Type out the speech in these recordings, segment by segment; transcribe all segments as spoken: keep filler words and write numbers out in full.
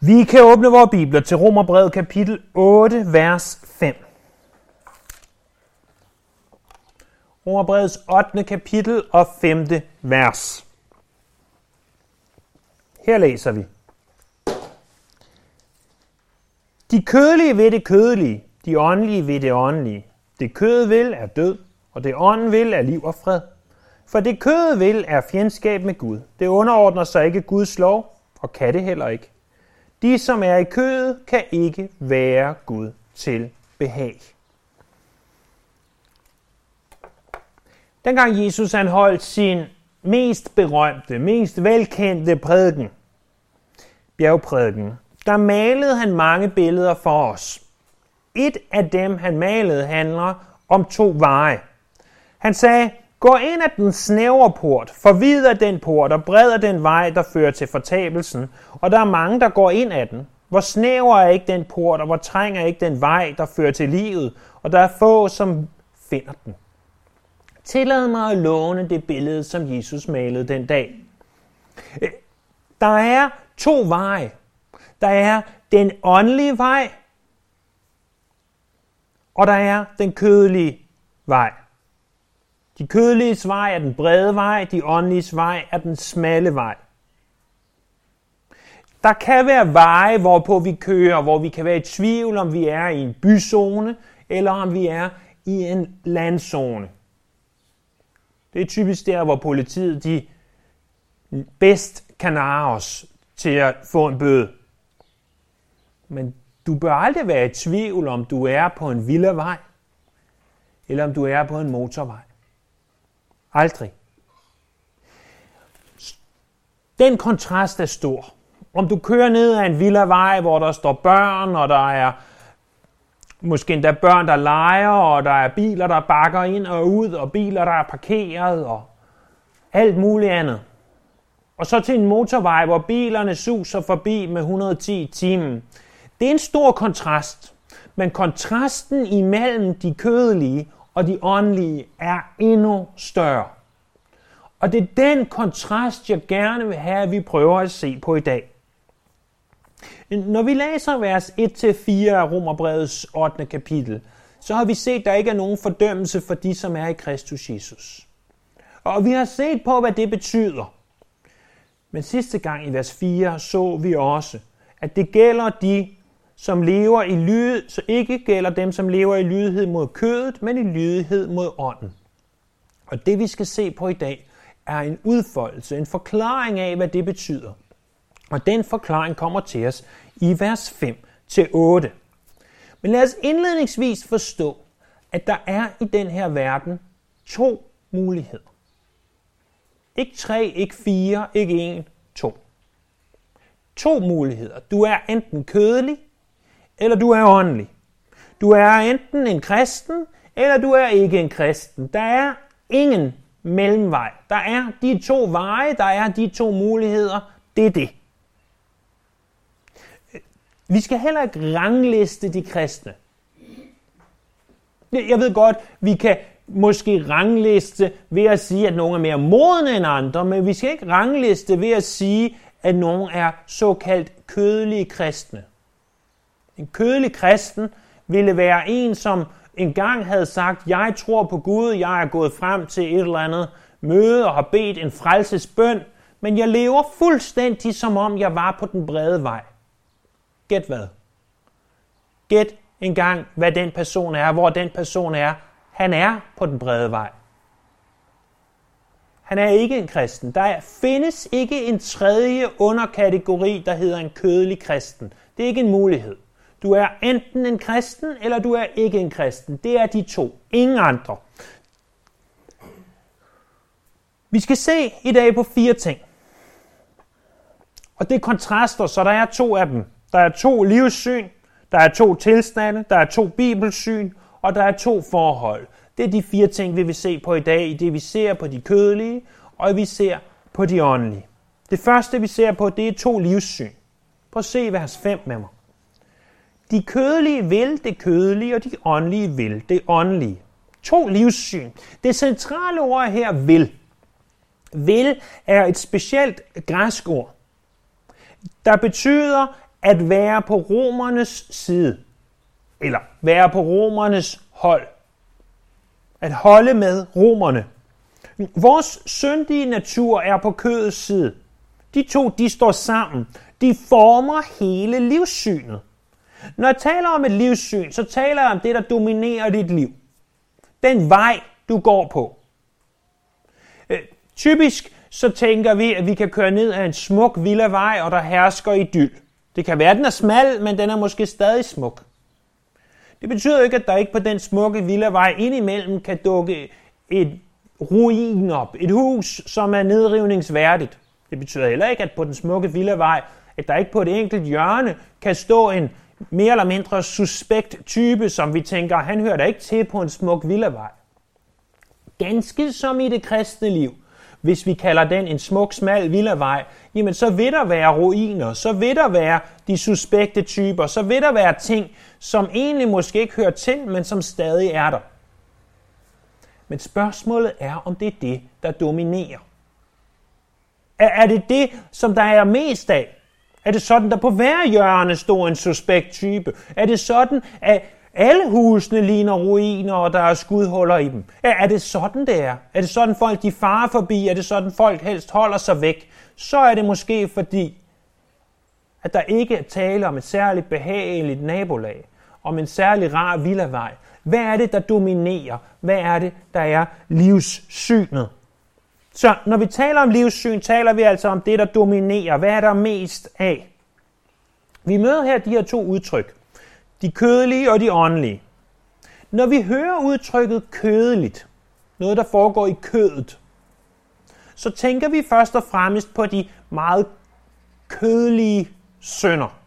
Vi kan åbne vores bibler til Romerbrevet kapitel otte, vers fem. Romerbrevets ottende kapitel og femte vers. Her læser vi. De kødelige ved det kødelige, de åndelige ved det åndelige. Det kød vil er død, og det ånden vil er liv og fred. For det kød vil er fjendskab med Gud. Det underordner sig ikke Guds lov, og kan det heller ikke. De, som er i kødet, kan ikke være Gud til behag. Dengang Jesus han holdt sin mest berømte, mest velkendte prædiken, bjergprædiken, der malede han mange billeder for os. Et af dem, han malede, handler om to veje. Han sagde, gå ind ad den snævre port, forvid af den port og bred af den vej, der fører til fortabelsen, og der er mange, der går ind ad den. Hvor snæver er ikke den port, og hvor trænger ikke den vej, der fører til livet, og der er få, som finder den. Tillad mig at låne det billede, som Jesus malede den dag. Der er to veje. Der er den åndelige vej, og der er den kødelige vej. De kødeliges vej er den brede vej, de åndeliges vej er den smalle vej. Der kan være veje, hvorpå vi kører, hvor vi kan være i tvivl, om vi er i en byzone, eller om vi er i en landzone. Det er typisk der, hvor politiet de bedst kan narre os til at få en bøde. Men du bør aldrig være i tvivl, om du er på en villavej, eller om du er på en motorvej. Aldrig. Den kontrast er stor. Om du kører ned ad en villavej, hvor der står børn, og der er måske endda børn, der leger, og der er biler, der bakker ind og ud, og biler, der er parkeret, og alt muligt andet. Og så til en motorvej, hvor bilerne suser forbi med et hundrede og ti i timen. Det er en stor kontrast, men kontrasten imellem de kødelige og de åndelige er endnu større. Og det er den kontrast, jeg gerne vil have, at vi prøver at se på i dag. Når vi læser vers et til fire af Romerbrevets ottende kapitel, så har vi set, at der ikke er nogen fordømmelse for de, som er i Kristus Jesus. Og vi har set på, hvad det betyder. Men sidste gang i vers fire så vi også, at det gælder de, som lever i lydighed, så ikke gælder dem, som lever i lydighed mod kødet, men i lydighed mod ånden. Og det vi skal se på i dag, er en udfoldelse, en forklaring af, hvad det betyder. Og den forklaring kommer til os i vers fem til otte. Men lad os indledningsvis forstå, at der er i den her verden to muligheder. Ikke tre, ikke fire, ikke en, to. To muligheder. Du er enten kødelig, eller du er åndelig. Du er enten en kristen, eller du er ikke en kristen. Der er ingen mellemvej. Der er de to veje, der er de to muligheder. Det er det. Vi skal heller ikke rangliste de kristne. Jeg ved godt, vi kan måske rangliste ved at sige, at nogle er mere modne end andre, men vi skal ikke rangliste ved at sige, at nogle er såkaldt kødelige kristne. En kødelig kristen ville være en, som engang havde sagt, jeg tror på Gud, jeg er gået frem til et eller andet møde og har bedt en frelsesbøn, men jeg lever fuldstændig som om jeg var på den brede vej. Gæt hvad? Gæt engang, hvad den person er, hvor den person er. Han er på den brede vej. Han er ikke en kristen. Der findes ikke en tredje underkategori, der hedder en kødelig kristen. Det er ikke en mulighed. Du er enten en kristen, eller du er ikke en kristen. Det er de to. Ingen andre. Vi skal se i dag på fire ting. Og det er kontraster, så der er to af dem. Der er to livssyn, der er to tilstande, der er to bibelsyn, og der er to forhold. Det er de fire ting, vi vil se på i dag, i det vi ser på de kødelige, og vi ser på de åndelige. Det første, vi ser på, det er to livssyn. Prøv at se vers fem med mig. De kødelige vil det kødelige, og de åndelige vil det åndelige. To livssyn. Det centrale ord her vil. Vil er et specielt græsk ord, der betyder at være på romernes side, eller være på romernes hold. At holde med romerne. Vores syndige natur er på kødets side. De to, de står sammen. De former hele livssynet. Når jeg taler om et livssyn, så taler jeg om det, der dominerer dit liv. Den vej, du går på. Øh, typisk så tænker vi, at vi kan køre ned ad en smuk villavej, og der hersker idyl. Det kan være, at den er smal, men den er måske stadig smuk. Det betyder ikke, at der ikke på den smukke villavej indimellem kan dukke et ruin op. Et hus, som er nedrivningsværdigt. Det betyder heller ikke, at på den smukke villavej, at der ikke på et enkelt hjørne kan stå en mere eller mindre suspekt type, som vi tænker, han hører da ikke til på en smuk villavej. Ganske som i det kristne liv. Hvis vi kalder den en smuk, smal villavej, jamen så vil der være ruiner, så vil der være de suspekte typer, så vil der være ting, som egentlig måske ikke hører til, men som stadig er der. Men spørgsmålet er, om det er det, der dominerer. Er, er det det, som der er mest af? Er det sådan, der på hver hjørne står en suspekt type? Er det sådan, at alle husene ligner ruiner, og der er skudhuller i dem? Er, er det sådan, det er? Er det sådan, folk de farer forbi? Er det sådan, folk helst holder sig væk? Så er det måske fordi, at der ikke er tale om et særligt behageligt nabolag, om en særlig rar villavej. Hvad er det, der dominerer? Hvad er det, der er livssynet? Så når vi taler om livssyn, taler vi altså om det, der dominerer. Hvad er der mest af? Vi møder her de her to udtryk. De kødelige og de åndelige. Når vi hører udtrykket kødeligt, noget der foregår i kødet, så tænker vi først og fremmest på de meget kødelige synder.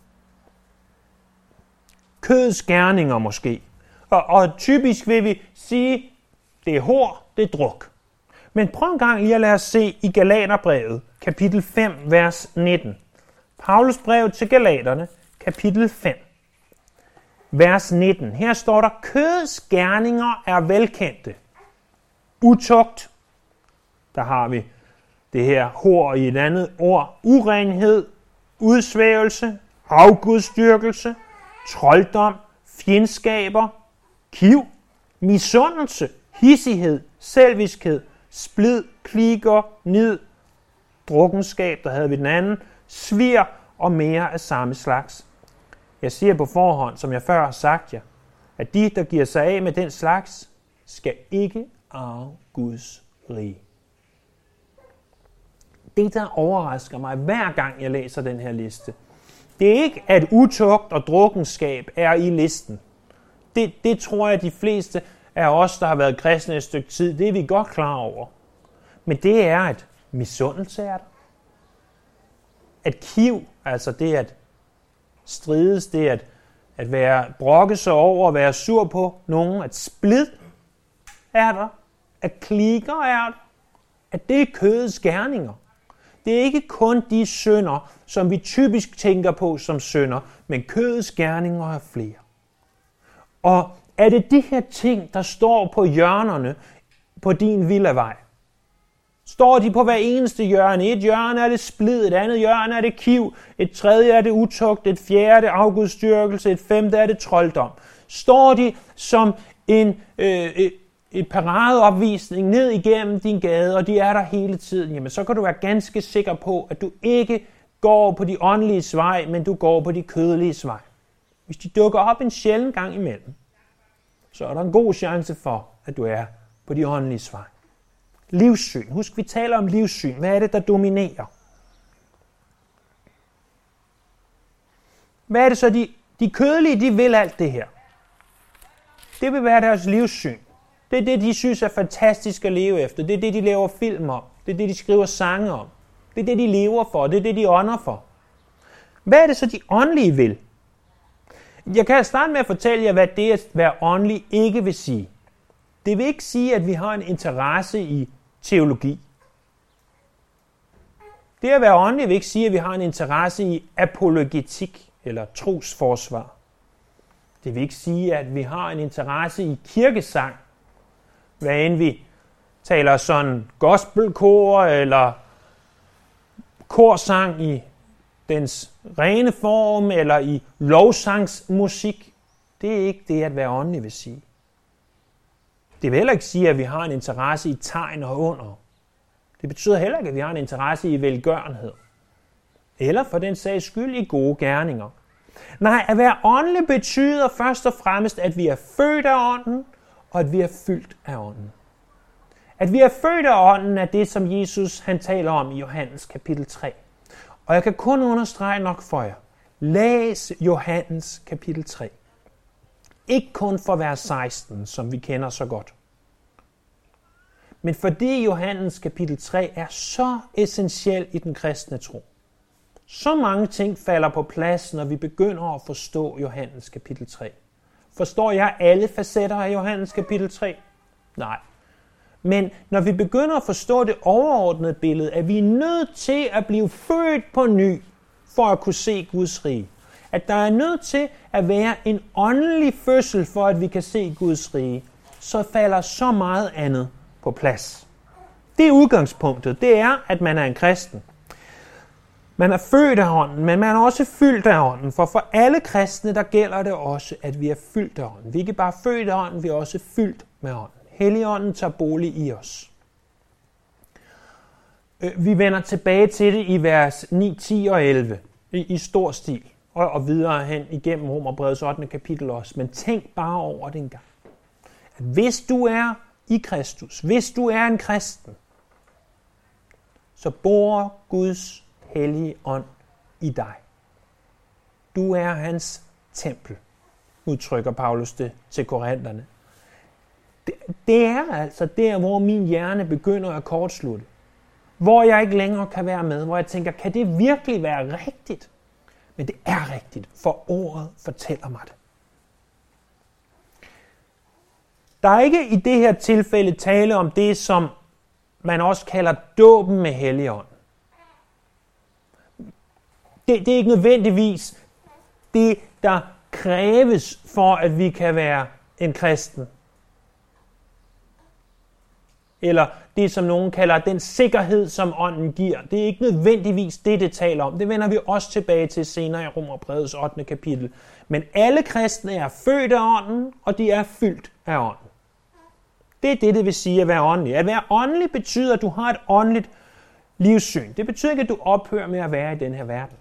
Kødets gerninger måske. Og, og typisk vil vi sige, det er hår, det er druk. Men prøv en gang lige at lade os se i Galaterbrevet, kapitel fem, vers nitten. Paulus brev til Galaterne, kapitel fem, vers nitten. Her står der, kødets gerninger er velkendte. Utugt, der har vi det her hår i et andet ord. Urenhed, udsvævelse, afgudstyrkelse, trolddom, fjendskaber, kiv, misundelse, hissighed, selviskhed, splid, kliker, nid, drukkenskab, der havde vi den anden, svir og mere af samme slags. Jeg siger på forhånd, som jeg før har sagt jer, at de, der giver sig af med den slags, skal ikke arve Guds rige. Det, der overrasker mig hver gang jeg læser den her liste, det er ikke, at utugt og drukkenskab er i listen. Det, det tror jeg, de fleste af os, der har været kristne et stykke tid, det er vi godt klar over. Men det er, at misundelse er der. At kiv, altså det at strides, det at, at være brokke sig over og være sur på nogen, at splid er der, at kliker er der, at det er kødets gerninger. Det er ikke kun de synder, som vi typisk tænker på som synder, men kødets gerninger er flere. Og er det de her ting, der står på hjørnerne på din villavej? Står de på hver eneste hjørne? Et hjørne er det splid, et andet hjørne er det kiv, et tredje er det utugt, et fjerde er det afgudstyrkelse, et femte er det trolddom. Står de som en øh, et, et paradeopvisning ned igennem din gade, og de er der hele tiden, jamen så kan du være ganske sikker på, at du ikke går på de åndelige vej, men du går på de kødelige vej. Hvis de dukker op en sjælden gang imellem, så er der en god chance for, at du er på de åndelige vej. Livssyn. Husk, vi taler om livssyn. Hvad er det, der dominerer? Hvad er det så, de, de kødelige, de vil alt det her? Det vil være deres livssyn. Det er det, de synes er fantastisk at leve efter. Det er det, de laver film om. Det er det, de skriver sange om. Det er det, de lever for. Det er det, de ånder for. Hvad er det så, de åndelige vil? Jeg kan starte med at fortælle jer, hvad det at være åndelig ikke vil sige. Det vil ikke sige, at vi har en interesse i teologi. Det at være åndelig vil ikke sige, at vi har en interesse i apologetik eller trosforsvar. Det vil ikke sige, at vi har en interesse i kirkesang, hvad end vi taler sådan gospelkor eller korsang i dens rene form eller i lovsangsmusik. Det er ikke det at være åndelig vil sige. Det vil heller ikke sige, at vi har en interesse i tegn og under. Det betyder heller ikke, at vi har en interesse i velgørenhed. Eller for den sags skyld i gode gerninger. Nej, at være åndelig betyder først og fremmest, at vi er født af ånden, og at vi er fyldt af ånden. At vi er født af ånden er det, som Jesus han taler om i Johannes kapitel tre. Og jeg kan kun understrege nok for jer. Læs Johannes kapitel tre. Ikke kun for vers seksten, som vi kender så godt. Men fordi Johannes kapitel tre er så essentiel i den kristne tro. Så mange ting falder på plads, når vi begynder at forstå Johannes kapitel tre. Forstår jeg alle facetter af Johannes kapitel tre? Nej. Men når vi begynder at forstå det overordnede billede, er vi nødt til at blive født på ny, for at kunne se Guds rige. At der er nødt til at være en åndelig fødsel, for at vi kan se Guds rige. Så falder så meget andet på plads. Det er udgangspunktet. Det er, at man er en kristen. Man er født af ånden, men man er også fyldt af ånden. For for alle kristne, der gælder det også, at vi er fyldt af ånden. Vi er ikke bare født af ånden, vi er også fyldt med ånden. Helligånden tager bolig i os. Vi vender tilbage til det i vers ni, ti og elleve i, i stor stil. Og, og videre hen igennem Romerbrevets ottende kapitel også. Men tænk bare over det en gang. At hvis du er i Kristus, hvis du er en kristen, så bor Guds hellige ånd i dig. Du er hans tempel, udtrykker Paulus det til korinterne. Det, det er altså der, hvor min hjerne begynder at kortslutte. Hvor jeg ikke længere kan være med, hvor jeg tænker, kan det virkelig være rigtigt? Men det er rigtigt, for ordet fortæller mig det. Der er ikke i det her tilfælde tale om det, som man også kalder dåben med Helligånden. Det, det er ikke nødvendigvis det, der kræves for, at vi kan være en kristen. Eller det, som nogen kalder den sikkerhed, som ånden giver. Det er ikke nødvendigvis det, det taler om. Det vender vi også tilbage til senere i Romerbrevets ottende kapitel. Men alle kristne er født af ånden, og de er fyldt af ånden. Det er det, det vil sige at være åndelig. At være åndelig betyder, at du har et åndeligt livssyn. Det betyder ikke, at du ophører med at være i den her verden.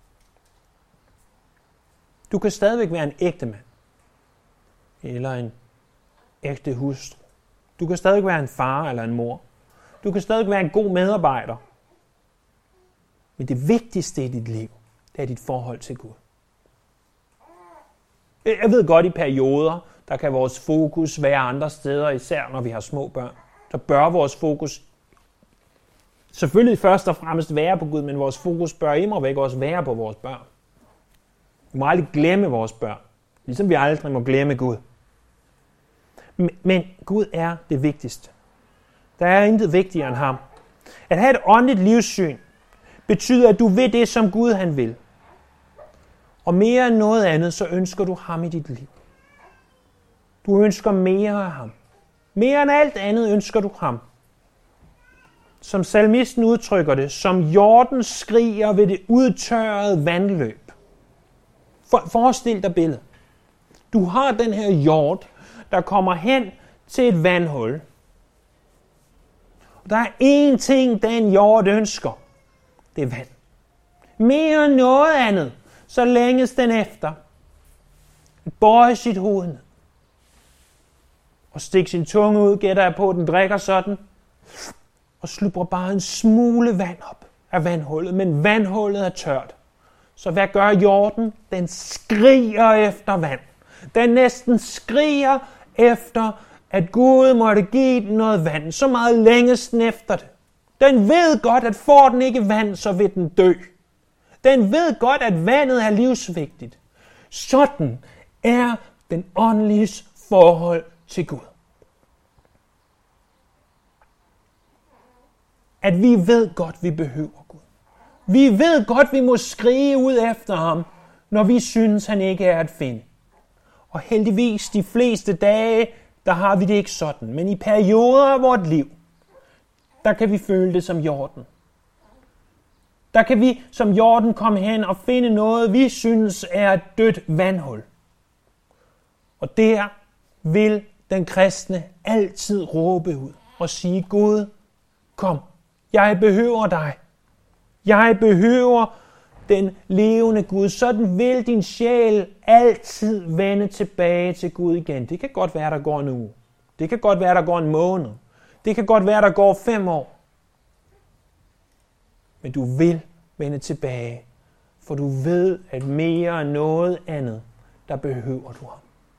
Du kan stadigvæk være en ægte mand. Eller en ægte hustru. Du kan stadig være en far eller en mor. Du kan stadig være en god medarbejder. Men det vigtigste i dit liv, det er dit forhold til Gud. Jeg ved godt, i perioder, der kan vores fokus være andre steder, især når vi har små børn. Der bør vores fokus selvfølgelig først og fremmest være på Gud, men vores fokus bør immer væk også være på vores børn. Vi må aldrig glemme vores børn, ligesom vi aldrig må glemme Gud. Men Gud er det vigtigste. Der er intet vigtigere end ham. At have et åndeligt livssyn betyder, at du vil det, som Gud han vil. Og mere end noget andet, så ønsker du ham i dit liv. Du ønsker mere af ham. Mere end alt andet ønsker du ham. Som salmisten udtrykker det, som hjorten skriger ved det udtørrede vandløb. For, forestil dig billedet. Du har den her hjort, der kommer hen til et vandhul. Og der er én ting, den hjort ønsker. Det er vand. Mere end noget andet, så længes den efter. At bøje sit hoved ned. Og stikke sin tunge ud, gætter jeg på, at den drikker sådan. Og slubrer bare en smule vand op af vandhullet. Men vandhullet er tørt. Så hvad gør hjorten? Den skriger efter vand. Den næsten skriger efter, at Gud måtte give den noget vand. Så meget længes den efter det. Den ved godt, at får den ikke vand, så vil den dø. Den ved godt, at vandet er livsvigtigt. Sådan er den åndeliges forhold til Gud. At vi ved godt, vi behøver Gud. Vi ved godt, vi må skrige ud efter ham, når vi synes, han ikke er at finde. Og heldigvis de fleste dage, der har vi det ikke sådan. Men i perioder af vort liv, der kan vi føle det som hjorten. Der kan vi som Jordan komme hen og finde noget, vi synes er et dødt vandhul. Og der vil den kristne altid råbe ud og sige, Gud, kom, jeg behøver dig. Jeg behøver den levende Gud. Sådan vil din sjæl altid vende tilbage til Gud igen. Det kan godt være, der går en uge. Det kan godt være, der går en måned. Det kan godt være, der går fem år. Men du vil vende tilbage, for du ved, at mere end noget andet, der behøver du ham.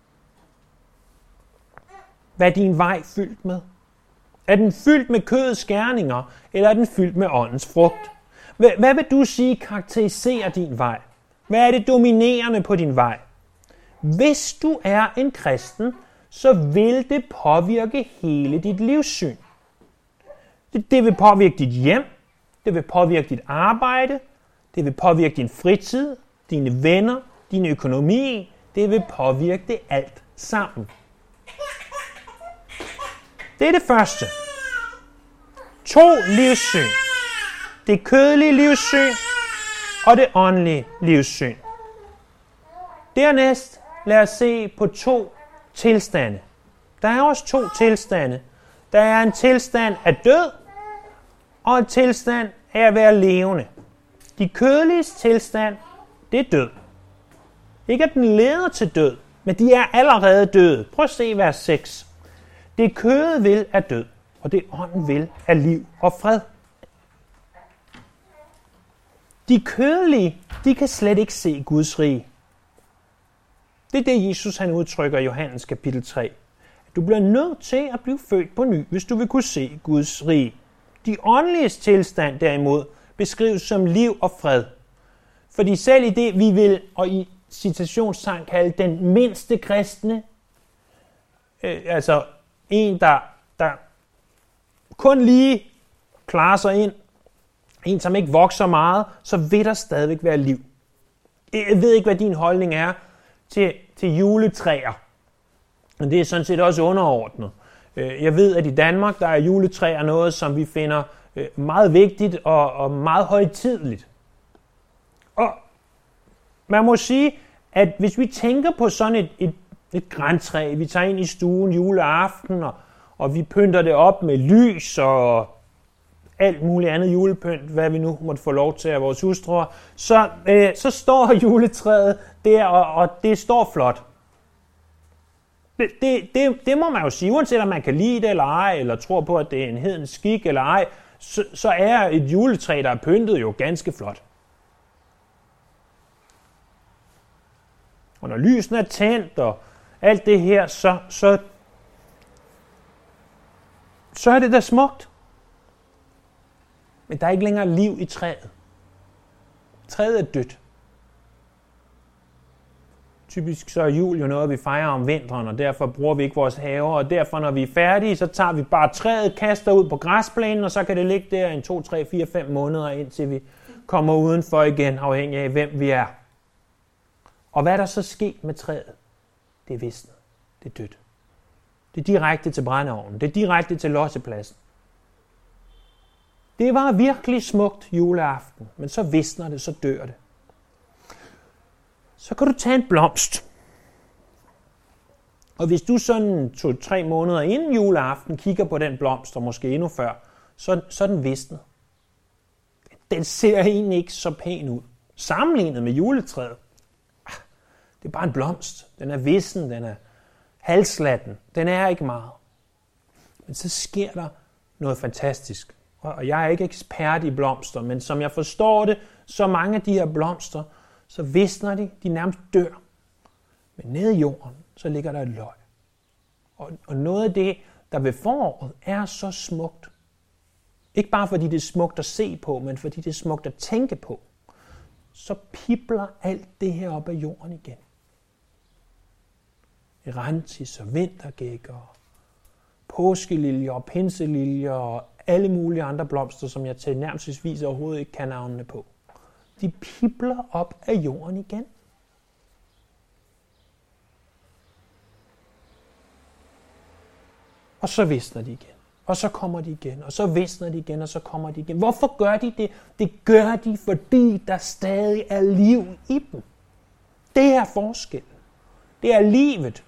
Hvad er din vej fyldt med? Er den fyldt med kødets gerninger, eller er den fyldt med åndens frugt? Hvad vil du sige karakteriserer din vej? Hvad er det dominerende på din vej? Hvis du er en kristen, så vil det påvirke hele dit livssyn. Det, det vil påvirke dit hjem, det vil påvirke dit arbejde, det vil påvirke din fritid, dine venner, din økonomi. Det vil påvirke det alt sammen. Det er det første. To livssyn. Det kødelige livssyn og det åndelige livssyn. Dernæst lad os se på to tilstande. Der er også to tilstande. Der er en tilstand af død og en tilstand af at være levende. De kødeliges tilstand, det er død. Ikke at den leder til død, men de er allerede døde. Prøv at se vers seks. Det kødet vil er død, og det ånden vil er liv og fred. De kødelige, de kan slet ikke se Guds rige. Det er det, Jesus han udtrykker i Johannes kapitel tre. Du bliver nødt til at blive født på ny, hvis du vil kunne se Guds rige. De åndelige tilstand derimod beskrives som liv og fred. Fordi selv i det, vi vil, og i citationstegn kalde den mindste kristne, øh, altså en, der, der kun lige klarer sig ind, en, som ikke vokser meget, så vil der stadigvæk være liv. Jeg ved ikke, hvad din holdning er til, til juletræer. Men det er sådan set også underordnet. Jeg ved, at i Danmark, der er juletræer noget, som vi finder meget vigtigt og, og meget højtideligt. Og man må sige, at hvis vi tænker på sådan et, et, et grantræ, vi tager ind i stuen juleaften, og, og vi pynter det op med lys og alt muligt andet julepynt, hvad vi nu måtte få lov til af vores hustruer, så, øh, så står juletræet der, og, og det står flot. Det, det, det, det må man jo sige, uanset om man kan lide det eller ej, eller tror på, at det er en hedens skik eller ej, så, så er et juletræ, der er pyntet, jo ganske flot. Og når lysene er tændt og alt det her, så, så, så er det da smukt. Men der er ikke længere liv i træet. Træet er dødt. Typisk så er jul jo noget, vi fejrer om vinteren, og derfor bruger vi ikke vores haver, og derfor når vi er færdige, så tager vi bare træet, kaster ud på græsplænen, og så kan det ligge der en to, tre, fire, fem måneder, indtil vi kommer udenfor igen, afhængig af hvem vi er. Og hvad er der så sket med træet? Det er visnet. Det er dødt. Det er direkte til brændeovnen. Det er direkte til lossepladsen. Det var virkelig smukt juleaften, men så visner det, så dør det. Så kan du tage en blomst. Og hvis du sådan to-tre måneder inden juleaften kigger på den blomst, og måske endnu før, så, så er den visnet. Den ser egentlig ikke så pæn ud. Sammenlignet med juletræet. Det er bare en blomst. Den er vissen, den er halslatten. Den er ikke meget. Men så sker der noget fantastisk. Og jeg er ikke ekspert i blomster, men som jeg forstår det, så mange af de her blomster, så visner de, de nærmest dør. Men nede i jorden, så ligger der et løg. Og, og noget af det, der ved foråret, er så smukt. Ikke bare fordi det er smukt at se på, men fordi det er smukt at tænke på. Så pibler alt det her op af jorden igen. Erantis og vintergæk og påskeliljer og pinseliljer og alle mulige andre blomster, som jeg til nærmest overhovedet ikke kan navnene på. De pibler op af jorden igen. Og så visner de igen. og så kommer de igen, og så visner de igen, og så kommer de igen. Hvorfor gør de det? Det gør de, fordi der stadig er liv i dem. Det er forskellen. Det er livet.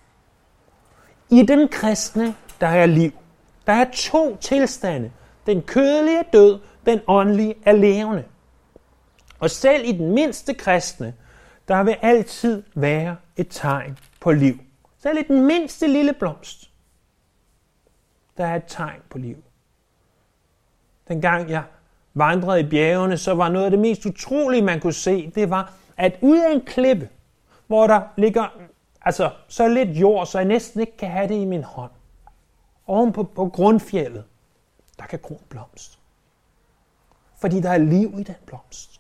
I den kristne, der er liv. Der er to tilstande. Den kødelige er død, den åndelige er levende. Og selv i den mindste kristne, der vil altid være et tegn på liv. Selv i den mindste lille blomst, der er et tegn på liv. Dengang jeg vandrede i bjergene, så var noget af det mest utrolige, man kunne se, det var, at ud af en klippe, hvor der ligger altså, så lidt jord, så jeg næsten ikke kan have det i min hånd, oven på, på grundfjeldet, der kan gro en blomst. Fordi der er liv i den blomst.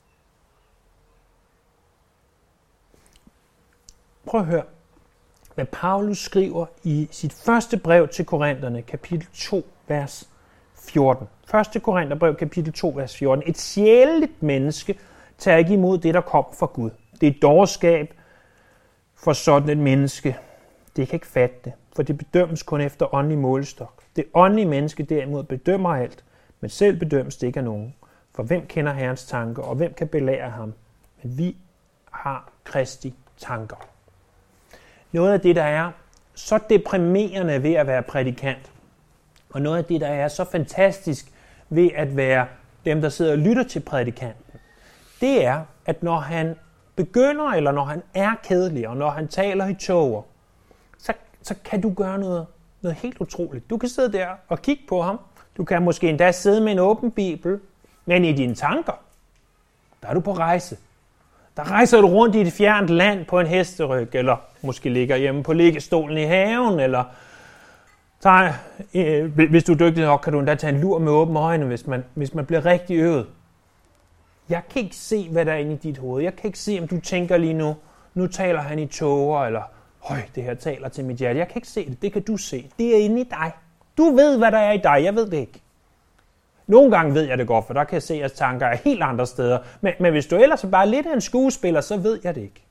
Prøv at høre, hvad Paulus skriver i sit første brev til Korinterne, kapitel to, vers fjorten. første Korintherbrev, kapitel to, vers fjorten. Et sjæleligt menneske tager ikke imod det, der kommer fra Gud. Det er et dårskab for sådan et menneske. Det kan ikke fatte det, for det bedømmes kun efter åndelig målestok. Det åndelige menneske derimod bedømmer alt, men selv bedømmes det ikke af nogen. For hvem kender Herrens tanker, og hvem kan belære ham? Men vi har Kristi tanker. Noget af det, der er så deprimerende ved at være prædikant, og noget af det, der er så fantastisk ved at være dem, der sidder og lytter til prædikanten, det er, at når han begynder, eller når han er kedelig, og når han taler i tåger, så, så kan du gøre noget, noget helt utroligt. Du kan sidde der og kigge på ham. Du kan måske endda sidde med en åben bibel, men i dine tanker, der er du på rejse. Der rejser du rundt i et fjernt land på en hesteryg, eller måske ligger hjemme på liggestolen i haven, eller tager, øh, hvis du er dygtig nok, kan du endda tage en lur med åbne øjne, hvis man, hvis man bliver rigtig øvet. Jeg kan ikke se, hvad der er inde i dit hoved. Jeg kan ikke se, om du tænker lige nu, nu taler han i tåger, eller høj, det her taler til mit hjerte. Jeg kan ikke se det, det kan du se. Det er inde i dig. Du ved, hvad der er i dig, jeg ved det ikke. Nogle gange ved jeg det godt, for der kan jeg se, at tanker er helt andre steder. Men, men hvis du ellers er bare lidt af en skuespiller, så ved jeg det ikke.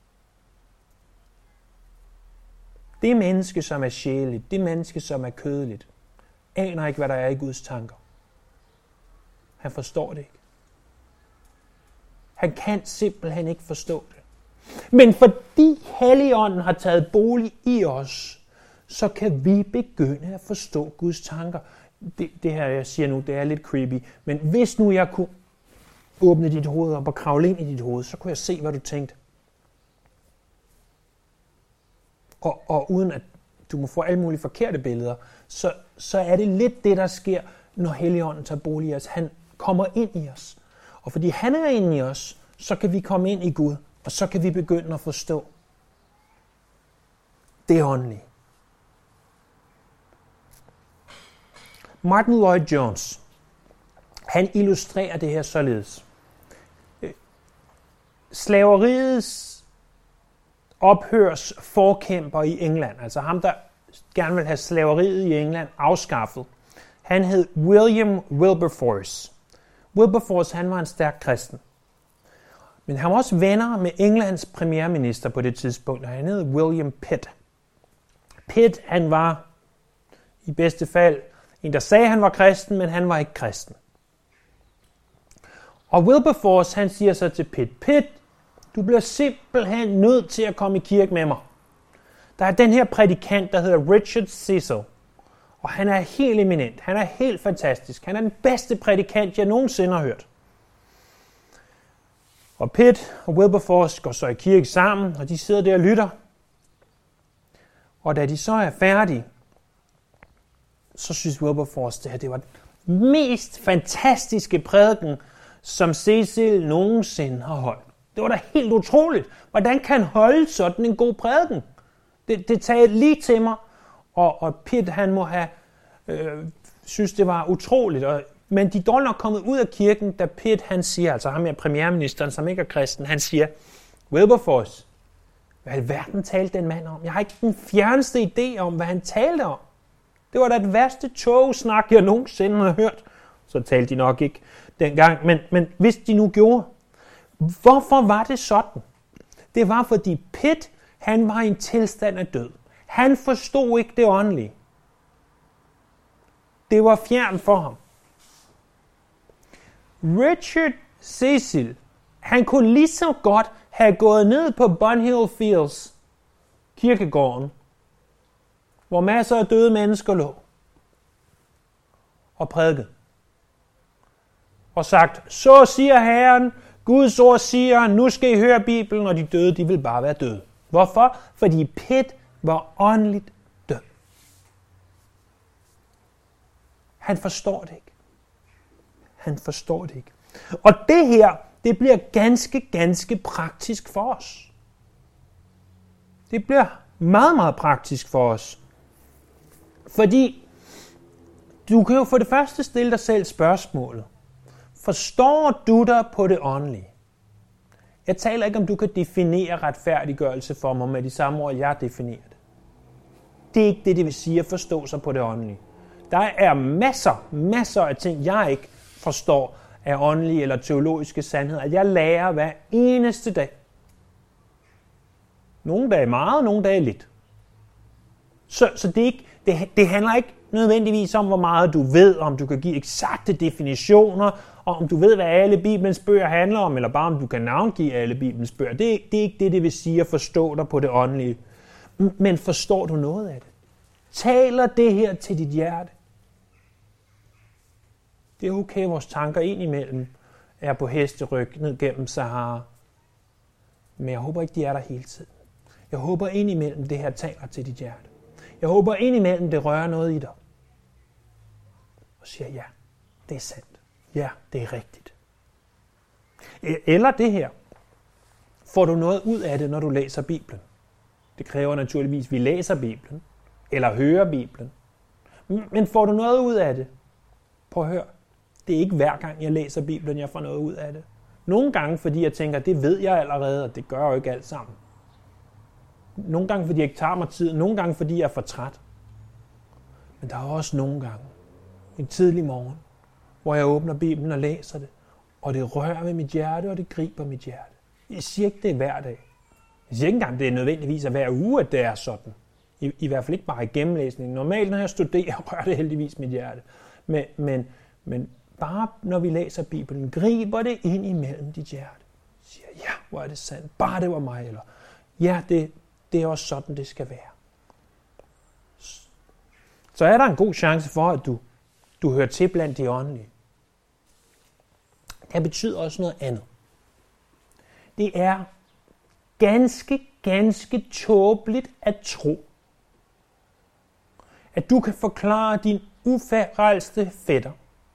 Det menneske, som er sjæleligt, det menneske, som er kødeligt, aner ikke, hvad der er i Guds tanker. Han forstår det ikke. Han kan simpelthen ikke forstå det. Men fordi Helligånden har taget bolig i os, så kan vi begynde at forstå Guds tanker. Det, det her, jeg siger nu, det er lidt creepy, men hvis nu jeg kunne åbne dit hoved op og kravle ind i dit hoved, så kunne jeg se, hvad du tænkte. Og, og uden at du må få alle mulige forkerte billeder, så, så er det lidt det, der sker, når Helligånden tager bolig i os. Han kommer ind i os. Og fordi han er inde i os, så kan vi komme ind i Gud, og så kan vi begynde at forstå det åndelige. Martin Lloyd-Jones, han illustrerer det her således. Slaveriets ophørs forkæmper i England, altså ham, der gerne vil have slaveriet i England afskaffet, han hed William Wilberforce. Wilberforce, han var en stærk kristen. Men han var også venner med Englands premierminister på det tidspunkt, og han hed William Pitt. Pitt, han var i bedste fald en, der sagde, han var kristen, men han var ikke kristen. Og Wilberforce, han siger så til Pitt, Pitt, du bliver simpelthen nødt til at komme i kirke med mig. Der er den her prædikant, der hedder Richard Cecil, og han er helt eminent. Han er helt fantastisk. Han er den bedste prædikant, jeg nogensinde har hørt. Og Pitt og Wilberforce går så i kirke sammen, og de sidder der og lytter. Og da de så er færdige, så synes Wilberforce, det her det var den mest fantastiske prædiken, som Cecil nogensinde har holdt. Det var da helt utroligt. Hvordan kan han holde sådan en god prædiken? Det, det talte lige til mig, og, og Pitt, han må have øh, synes, det var utroligt. Og, men de er dog nok kommet ud af kirken, da Pitt, han siger, altså ham er premierministeren, som ikke er kristen, han siger, Wilberforce, hvad i verden talte den mand om? Jeg har ikke den fjerneste idé om, hvad han talte om. Det var da det værste togsnak, jeg nogensinde har hørt. Så talte de nok ikke dengang, men, men hvis de nu gjorde. Hvorfor var det sådan? Det var, fordi Pitt, han var i en tilstand af død. Han forstod ikke det åndelige. Det var fjern for ham. Richard Cecil, han kunne lige så godt have gået ned på Bunhill Fields, kirkegården, hvor masser af døde mennesker lå, og prædiket. Og sagt, så siger Herren, Guds ord siger, nu skal I høre Bibelen, og de døde, de vil bare være døde. Hvorfor? Fordi Pitt var åndeligt død. Han forstår det ikke. Han forstår det ikke. Og det her, det bliver ganske, ganske praktisk for os. Det bliver meget, meget praktisk for os. Fordi du kan jo for det første stille dig selv spørgsmålet. Forstår du dig på det åndelige? Jeg taler ikke om, du kan definere retfærdiggørelse for mig med de samme ord, jeg definerer det. Det er ikke det, det vil sige at forstå sig på det åndelige. Der er masser, masser af ting, jeg ikke forstår af åndelige eller teologiske sandheder. Jeg lærer hver eneste dag. Nogle dage meget, nogle dage lidt. Så, så det, er ikke, det, det handler ikke nødvendigvis om, hvor meget du ved, om du kan give eksakte definitioner, og om du ved, hvad alle Bibelens bøger handler om, eller bare om du kan navngive alle Bibelens bøger. Det, det er ikke det, det vil sige at forstå dig på det åndelige. Men forstår du noget af det? Taler det her til dit hjerte? Det er okay, vores tanker indimellem er på hesteryg ned gennem Sahara. Men jeg håber ikke, de er der hele tiden. Jeg håber indimellem, det her taler til dit hjerte. Jeg håber indimellem, det rører noget i dig. Og siger, ja, det er sandt. Ja, det er rigtigt. Eller det her. Får du noget ud af det, når du læser Bibelen? Det kræver naturligvis, at vi læser Bibelen. Eller hører Bibelen. Men får du noget ud af det? Prøv at høre. Det er ikke hver gang, jeg læser Bibelen, jeg får noget ud af det. Nogle gange, fordi jeg tænker, det ved jeg allerede, og det gør jeg jo ikke alt sammen. Nogle gange, fordi jeg ikke tager mig tid. Nogle gange, fordi jeg er for træt. Men der er også nogle gange, en tidlig morgen, hvor jeg åbner Bibelen og læser det, og det rører ved mit hjerte, og det griber mit hjerte. Jeg siger ikke, det er hver dag. Jeg siger ikke engang, det er nødvendigvis at hver uge, at det er sådan. I, i hvert fald ikke bare i gennemlæsningen. Normalt, når jeg studerer, rører det heldigvis mit hjerte. Men, men, men bare når vi læser Bibelen, griber det ind imellem dit hjerte. Jeg siger, ja, hvor er det sandt. Bare det var mig. Eller, ja, det, det er også sådan, det skal være. Så er der en god chance for, at du, du hører til blandt de åndelige. Det betyder også noget andet. Det er ganske, ganske tåbeligt at tro, at du kan forklare din ufrelste fætter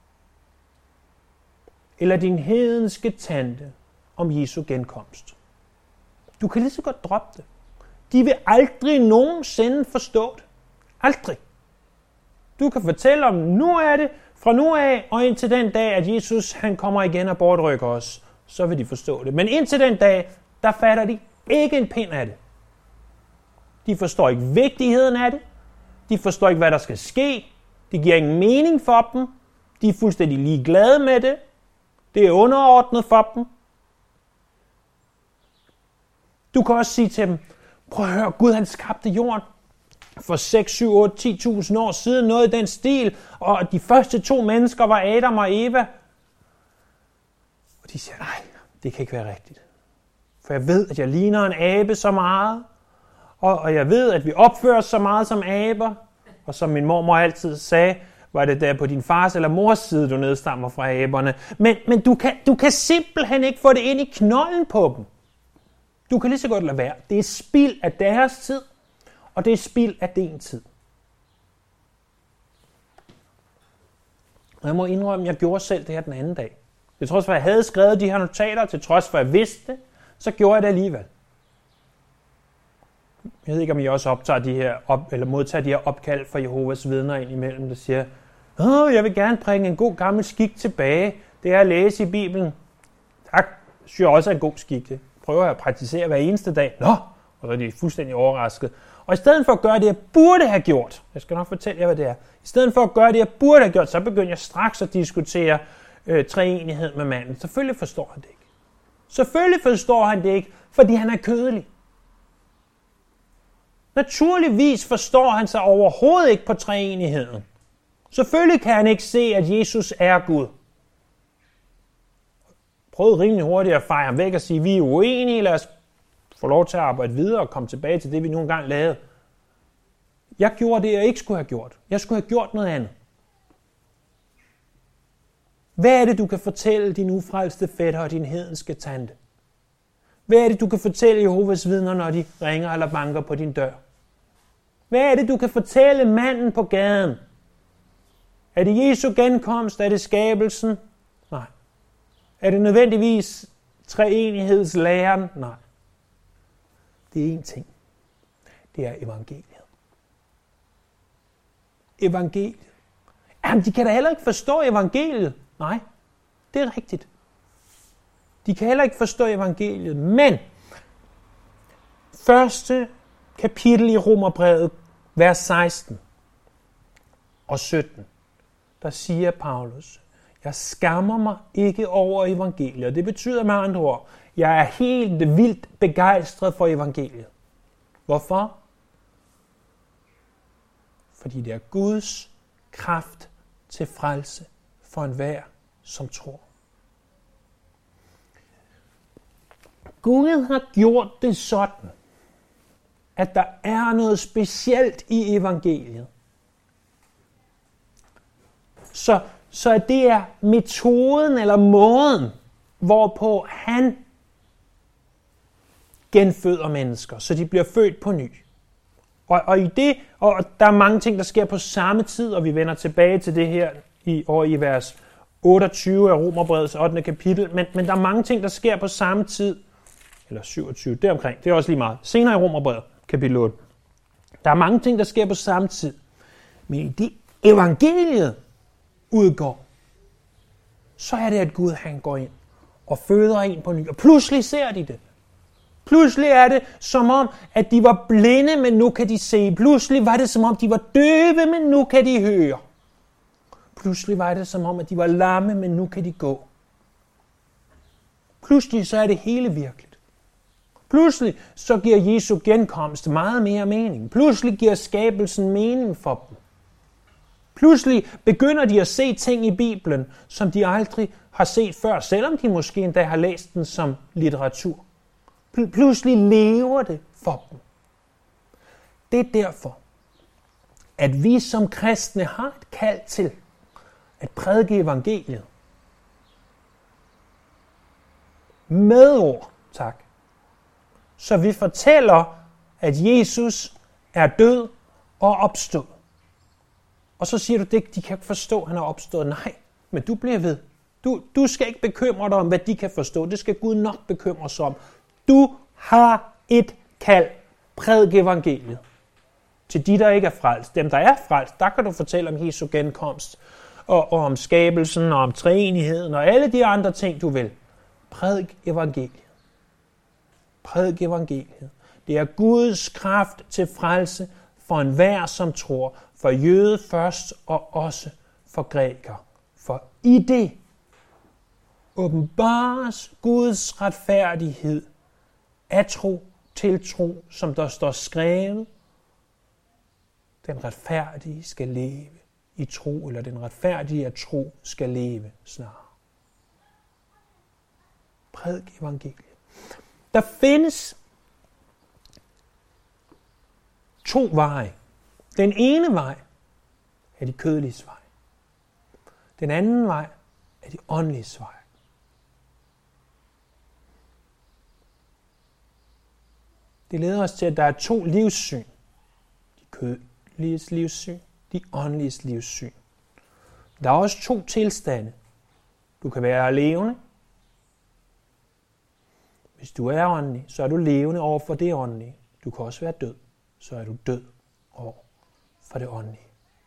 eller din hedenske tante om Jesu genkomst. Du kan lige så godt droppe det. De vil aldrig nogensinde forstå det. Aldrig. Du kan fortælle om, nu er det fra nu af og indtil den dag, at Jesus han kommer igen og bortrykker os, så vil de forstå det. Men indtil den dag, der fatter de ikke en pind af det. De forstår ikke vigtigheden af det. De forstår ikke, hvad der skal ske. Det giver ingen mening for dem. De er fuldstændig ligeglade med det. Det er underordnet for dem. Du kan også sige til dem, prøv at høre, Gud han skabte jorden for seks, syv, otte, ti tusind år siden, noget i den stil, og de første to mennesker var Adam og Eva. Og de siger, nej, det kan ikke være rigtigt. For jeg ved, at jeg ligner en abe så meget, og, og jeg ved, at vi opfører os så meget som aber, og som min mormor altid sagde, var det der på din fars eller mors side, du nedstammer fra aberne. Men, men du, kan, du kan simpelthen ikke få det ind i knolden på dem. Du kan lige så godt lade være. Det er spild af deres tid, og det er spild af din tid. Og jeg må indrømme, at jeg gjorde selv det her den anden dag. Til trods for, at jeg havde skrevet de her notater, til trods for, at jeg vidste det, så gjorde jeg det alligevel. Jeg ved ikke, om I også optager de her op, eller modtager de her opkald fra Jehovas vidner ind imellem, der siger, åh, jeg vil gerne bringe en god gammel skik tilbage. Det er at læse i Bibelen. Tak, det synes jeg også er en god skik. Det prøver jeg at praktisere hver eneste dag. Nå, og så er de fuldstændig overrasket. Og i stedet for at gøre det, jeg burde have gjort, jeg skal nok fortælle jer, hvad det er. I stedet for at gøre det, jeg burde have gjort, så begynder jeg straks at diskutere øh, treenighed med manden. Selvfølgelig forstår han det ikke. Selvfølgelig forstår han det ikke, fordi han er kødelig. Naturligvis forstår han sig overhovedet ikke på treenigheden. Selvfølgelig kan han ikke se, at Jesus er Gud. Prøv rimelig hurtigt at fejre ham væk og sige, vi er uenige, lad os få lov til at arbejde videre og komme tilbage til det, vi nu engang lavede. Jeg gjorde det, jeg ikke skulle have gjort. Jeg skulle have gjort noget andet. Hvad er det, du kan fortælle din ufrelste fætter og din hedenske tante? Hvad er det, du kan fortælle Jehovas vidner, når de ringer eller banker på din dør? Hvad er det, du kan fortælle manden på gaden? Er det Jesu genkomst? Er det skabelsen? Nej. Er det nødvendigvis treenighedslæren? Nej. Det er én ting. Det er evangeliet. Evangeliet. Jamen, de kan da heller ikke forstå evangeliet. Nej, det er rigtigt. De kan heller ikke forstå evangeliet. Men første kapitel i Romerbrevet, vers seksten og sytten, der siger Paulus, jeg skammer mig ikke over evangeliet. Det betyder med andre ord, jeg er helt vildt begejstret for evangeliet. Hvorfor? Fordi det er Guds kraft til frelse for enhver, som tror. Gud har gjort det sådan, at der er noget specielt i evangeliet. Så, så det er metoden eller måden, hvorpå han genføder mennesker, så de bliver født på ny. Og, og i det, og der er mange ting, der sker på samme tid, og vi vender tilbage til det her i, over i vers otteogtyve af Romerbrevets ottende kapitel, men, men der er mange ting, der sker på samme tid, eller syvogtyve, deromkring, det er også lige meget, senere i Romerbrevet, kapitel otte. Der er mange ting, der sker på samme tid, men i det evangeliet udgår, så er det, at Gud han går ind og føder en på ny, og pludselig ser de det. Pludselig er det som om, at de var blinde, men nu kan de se. Pludselig var det som om, de var døve, men nu kan de høre. Pludselig var det som om, at de var lamme, men nu kan de gå. Pludselig så er det hele virkeligt. Pludselig så giver Jesu genkomst meget mere mening. Pludselig giver skabelsen mening for dem. Pludselig begynder de at se ting i Bibelen, som de aldrig har set før, selvom de måske endda har læst den som litteratur. Pludselig lever det for dem. Det er derfor, at vi som kristne har et kald til at prædike evangeliet. Med ord, tak. Så vi fortæller, at Jesus er død og opstået. Og så siger du, at de kan ikke forstå, at han er opstået. Nej, men du bliver ved. Du, du skal ikke bekymre dig om, hvad de kan forstå. Det skal Gud nok bekymre sig om. Du har et kald. Prædik evangeliet. Til de, der ikke er frelst. Dem, der er frelst, der kan du fortælle om Jesu genkomst. Og, og om skabelsen, og om treenigheden, og alle de andre ting, du vil. Prædik evangeliet. Prædik evangeliet. Det er Guds kraft til frelse for enhver, som tror. For jøde først, og også for græker. For i det åbenbares Guds retfærdighed af tro til tro, som der står skrevet. Den retfærdige skal leve i tro, eller den retfærdige af tro skal leve snart. Prædik evangeliet. Der findes to veje. Den ene vej er de kødeliges vej. Den anden vej er de åndeliges vej. Det leder os til, at der er to livssyn. De kødeliges livssyn, de åndeliges livssyn. Der er også to tilstande. Du kan være levende. Hvis du er åndelig, så er du levende over for det åndelige. Du kan også være død, så er du død over for det åndelige.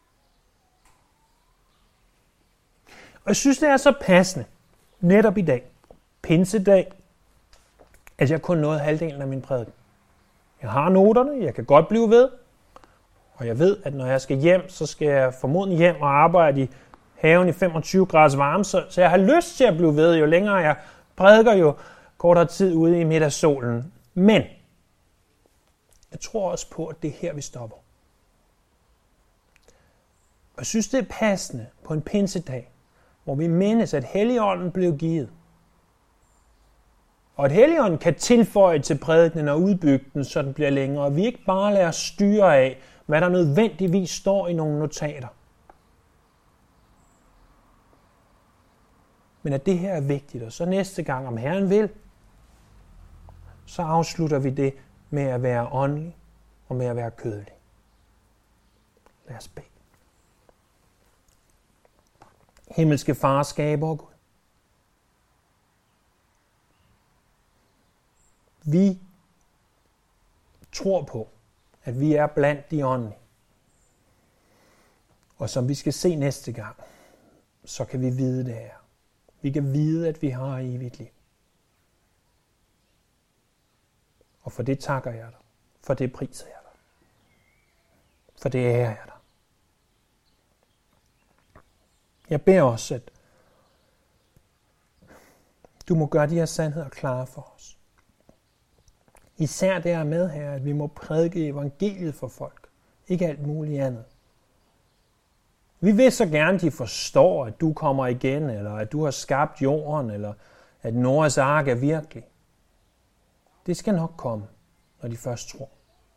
Og jeg synes, det er så passende, netop i dag, pinsedag, at jeg kun nåede halvdelen af min prædiken. Jeg har noterne, jeg kan godt blive ved, og jeg ved, at når jeg skal hjem, så skal jeg formodentlig hjem og arbejde i haven i femogtyve graders varme, så, så jeg har lyst til at blive ved, jo længere jeg prædiker, jo kortere tid ude i middagssolen. Men jeg tror også på, at det er her, vi stopper. jeg synes, det er passende på en pinsedag, hvor vi mindes, at Helligånden blev givet. Og at Helligånden kan tilføje til prædikenen og udbygge den, så den bliver længere. Og vi ikke bare lader os styre af, hvad der nødvendigvis står i nogle notater. Men at det her er vigtigt, og så næste gang, om Herren vil, så afslutter vi det med at være åndelig og med at være kødelig. Lad os bede. Himmelske Far, skaber Gud. Vi tror på, at vi er blandt de åndelige. Og som vi skal se næste gang, så kan vi vide det her. Vi kan vide, at vi har evigt liv. Og for det takker jeg dig. For det priser jeg dig. For det ærer jeg dig. Jeg beder også, at du må gøre de her sandheder klare for os. Især det er med her, at vi må prædike evangeliet for folk. Ikke alt muligt andet. Vi vil så gerne, de forstår, at du kommer igen, eller at du har skabt jorden, eller at Noahs ark er virkelig. Det skal nok komme, når de først tror.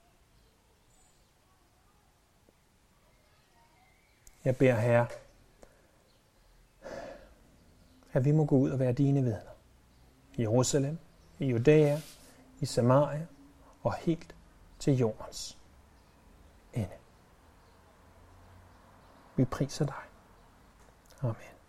Jeg beder Herre, at vi må gå ud og være dine vidner. I Jerusalem, i Judæa, i Samaria og helt til jordens ende. Vi priser dig. Amen.